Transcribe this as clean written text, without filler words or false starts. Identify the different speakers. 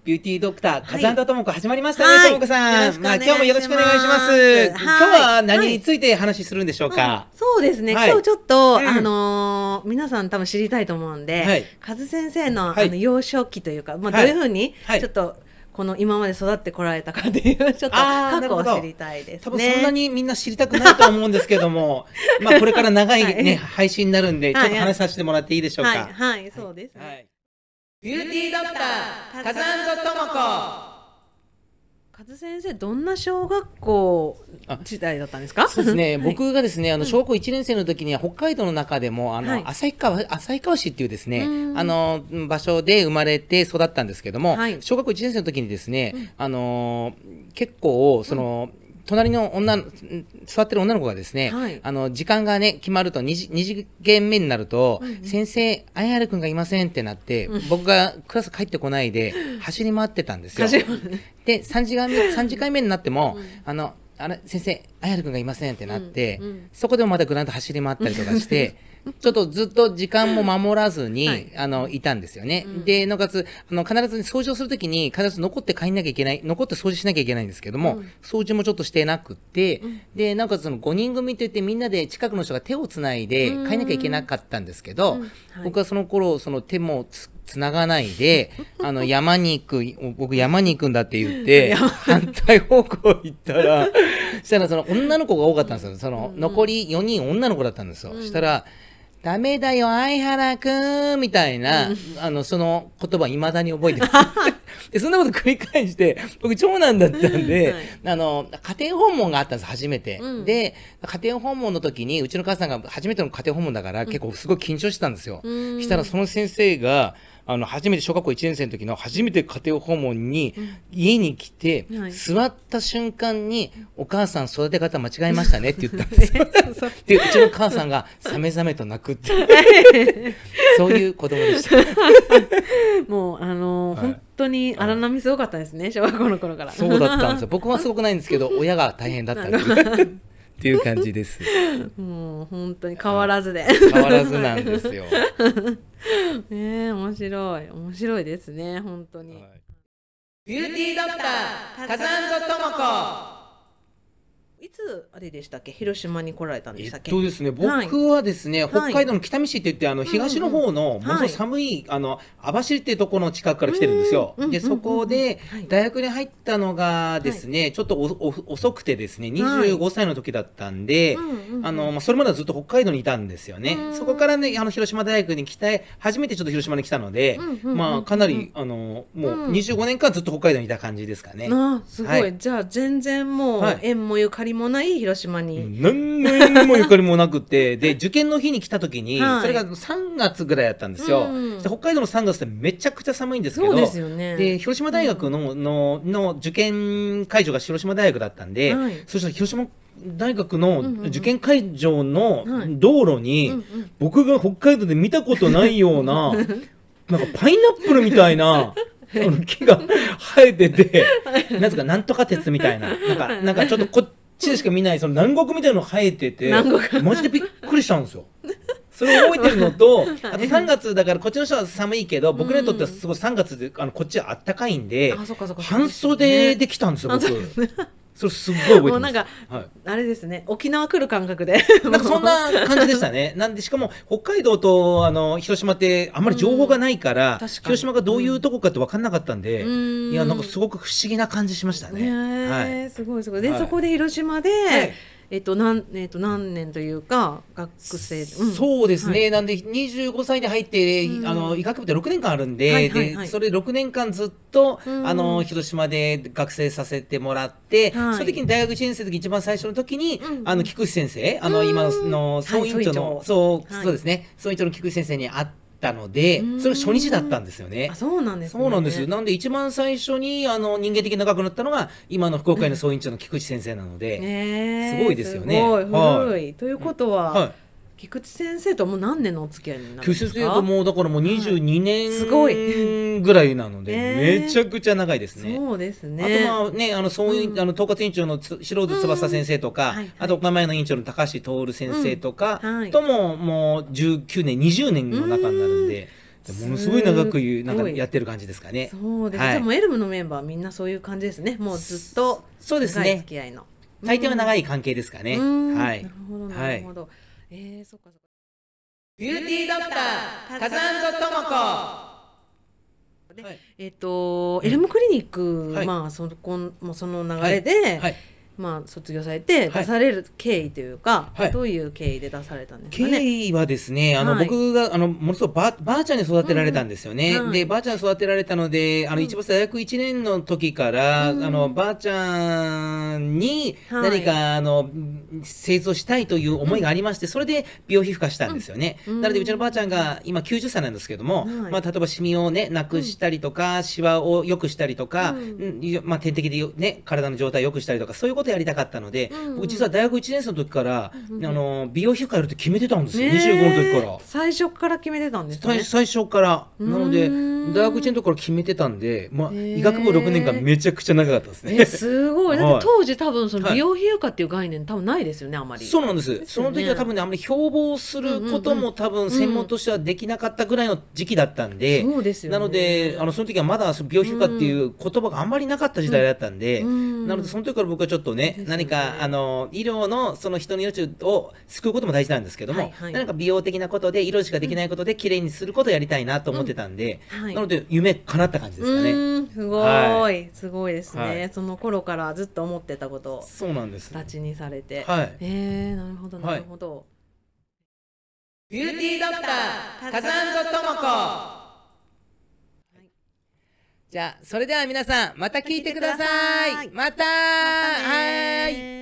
Speaker 1: ビューティードクター、
Speaker 2: はい
Speaker 1: 風間智子始まりましたね、
Speaker 2: はい
Speaker 1: 智子さん。
Speaker 2: よろしくお願いします
Speaker 1: 今日もよろしくお願いします。
Speaker 2: はい
Speaker 1: 今日は何について話するんでしょうか。
Speaker 2: そうですね、
Speaker 1: はい
Speaker 2: 今日ちょっと、
Speaker 1: うん
Speaker 2: 皆さん多分知りたいと思うんで、
Speaker 1: はい
Speaker 2: カズ先生の、
Speaker 1: はい
Speaker 2: 幼少期というか、どう
Speaker 1: はい
Speaker 2: いうふうに、
Speaker 1: はい
Speaker 2: ちょっとこの今まで育ってこられたかっていうちょっと過去を知りたいですね。
Speaker 1: 多分そんなにみんな知りたくないと思うんですけども、まあこれから長いね、
Speaker 2: はい
Speaker 1: 配信になるんで、ちょっと話させてもらっていいでしょうか。
Speaker 2: はい、はい、そうですね。
Speaker 1: はいビューティードクター、風間智子。
Speaker 2: カズ先生、どんな小学校時代だったんですか？
Speaker 1: そうですね、
Speaker 2: はい
Speaker 1: 僕がですね、小学校1年生の時には北海道の中でも
Speaker 2: はい
Speaker 1: 旭川市っていうですね、
Speaker 2: うん
Speaker 1: 場所で生まれて育ったんですけども、
Speaker 2: はい
Speaker 1: 小学校1年生の時にですね、結構隣の座ってる女の子がですね、
Speaker 2: はい
Speaker 1: 時間がね決まると2次元目になると、先生相原くんがいませんってなって、僕がクラス帰ってこないで走り回ってたんですよ。で3次会目になっても、あれ先生相原くんがいませんってなって、そこでもまたグラウンド走り回ったりとかしてちょっとずっと時間も守らずに、いたんですよね。でなおかつ必ず掃除をするときに必ず残って掃除しなきゃいけないんですけども、掃除もちょっとしてなくって、でなおかつ5人組といってみんなで近くの人が手をつないで帰んなきゃいけなかったんですけど、僕はその頃手もつながないで僕山に行くんだって言って反対方向行ったらしたら女の子が多かったんですよ。残り4人女の子だったんですよ。したらダメだよ相原くんみたいな、その言葉未だに覚えてますでそんなこと繰り返して僕長男だったんで、家庭訪問があったんです初めて、で家庭訪問の時にうちの母さんが初めての家庭訪問だから、結構すごい緊張してたんですよ。したらその先生が初めて小学校1年生の時の初めて家庭訪問に家に来て、座った瞬間にお母さん育て方間違えましたねって言ったんですよでうちの母さんがさめざめと泣くってそういう子供でした
Speaker 2: もう本当に荒波すごかったですね、小学校の頃から。
Speaker 1: そうだったんですよ。僕はすごくないんですけど親が大変だったっていう感じです。
Speaker 2: もう本当に変わらずで、
Speaker 1: 変わらずなんですよ
Speaker 2: 面白いですね本当に、
Speaker 1: ビューティードクター風間智子。
Speaker 2: いつあれでしたっけ、広島に来られたんでしたっけ？
Speaker 1: ですね、僕はですね、北海道の北見市って言って東の方のものすごい寒い網走っていうところの近くから来てるんですよ。でそこで大学に入ったのがですね、ちょっと遅くてですね25歳の時だったんで、それまではずっと北海道にいたんですよね。そこからね広島大学に来て初めてちょっと広島に来たので、かなりもう25年間ずっと北海道にいた感じですかね。
Speaker 2: すごい、じゃあ全然もう縁もゆかりもない広島に、
Speaker 1: 何の縁もゆかりもなくてで受験の日に来た時に、それが3月ぐらいだったんですよ。北海道の3月ってめちゃくちゃ寒いんですけど、
Speaker 2: そうですよね。
Speaker 1: で広島大学の受験会場が広島大学だったんで、そしたら広島大学の受験会場の道路に、僕が北海道で見たことないようななんかパイナップルみたいな木が生えててなんとか鉄みたいななんかちょっとこっちでしか見ない南国みたいなのが生えててマジでびっくりしたんですよ。それを覚えてるのとあと3月だからこっちの人は寒いけど僕にとってはすごい3月でこっちはあったかいんで半袖で来たんですよ僕。それすっごい覚えてます。
Speaker 2: もうなんか、あれですね、沖縄来る感覚で
Speaker 1: なんかそんな感じでしたね。なんでしかも北海道と広島ってあんまり情報がないから、広島がどういうとこかって分かんなかったんで、いやなんかすごく不思議な感じしましたね。
Speaker 2: すごいすごい。で、そこで広島で、何年というか学生、
Speaker 1: そうですね、なんで25歳で入って、医学部って6年間あるんで、それ6年間ずっと、広島で学生させてもらって、その時に大学1年生の時一番最初の時に、菊池先生今の総員長の、そうですね、総員長の菊池先生に会ってのでそれ初日だったんですよね。
Speaker 2: そうなんですね。
Speaker 1: そうなんですよ。なんで一番最初に人間的な仲良くなったのが今の福岡医の総院長の菊池先生なので、すごいですよね。
Speaker 2: すごい古い、ということは、菊池先生ともう何年のお付き合いになるんですか？
Speaker 1: 菊池先生ともうだからもう22年、すごいぐらいなので、めちゃくちゃ長いですね。
Speaker 2: そうですね。
Speaker 1: あとそういう統括委員長の白津翼先生とか、あとお前の委員長の高橋徹先生とかとももう19年20年の中になるんで、 ものすごい長くなんか
Speaker 2: すごい
Speaker 1: やってる感じですかね。
Speaker 2: そうです、
Speaker 1: はい
Speaker 2: じゃあもうエルムのメンバーみんなそういう感じですね。もうずっと
Speaker 1: そうです
Speaker 2: 長い
Speaker 1: ね。
Speaker 2: 付き合いの。
Speaker 1: 大抵は長い関係ですかね。はい。
Speaker 2: なるほどなるほど。そっかそっか。
Speaker 1: ビューティードクター、カズ&トモコ。はい、
Speaker 2: エルムクリニック、
Speaker 1: はい、
Speaker 2: まあもうその流れで、
Speaker 1: はい、
Speaker 2: まあ卒業されて出される経緯というか、
Speaker 1: はい、
Speaker 2: どういう経緯で出されたんですかね。
Speaker 1: 経緯はですね、僕がものすごくばあちゃんに育てられたんですよね。でばあちゃんに育てられたので一番大学1年の時から、ばあちゃんに何か、製造したいという思いがありまして、それで美容皮膚科したんですよね。なのでうちのばあちゃんが今90歳なんですけども、まあ、例えばシミをねなくしたりとか、シワを良くしたりとか、まあ、点滴でね体の状態を良くしたりとか、そういうことやりたかったので、僕実は大学1年生の時から、美容皮膚科やるって決めてたんですよ、25の時から。
Speaker 2: 最初から決めてたんですね。
Speaker 1: 最初からなので大学1年の時から決めてたんで、まあ、医学部6年間めちゃくちゃ長かったですね。
Speaker 2: すごい。だって当時多分その美容皮膚科っていう概念多分ないですよね、あまり。
Speaker 1: そうなんです。その時は多分ね、あんまり標榜することも多分専門としてはできなかったぐらいの時期だったんで、
Speaker 2: そうですよね。
Speaker 1: なのでその時はまだ美容皮膚科っていう言葉があんまりなかった時代だったんで、なのでその時から僕はちょっとね、何か医療のその人の命を救うことも大事なんですけども、何か美容的なことで色しかできないことで綺麗にすることをやりたいなと思ってたんで、なので夢叶った感じですかね。
Speaker 2: すごい、すごいですね。その頃からずっと思ってたことを
Speaker 1: そうなんです
Speaker 2: 形にされて、
Speaker 1: はい、
Speaker 2: なるほどなるほど。
Speaker 1: ビューティードクターカズ&トモコ。じゃあそれでは皆さんまた聞いてください。またはい。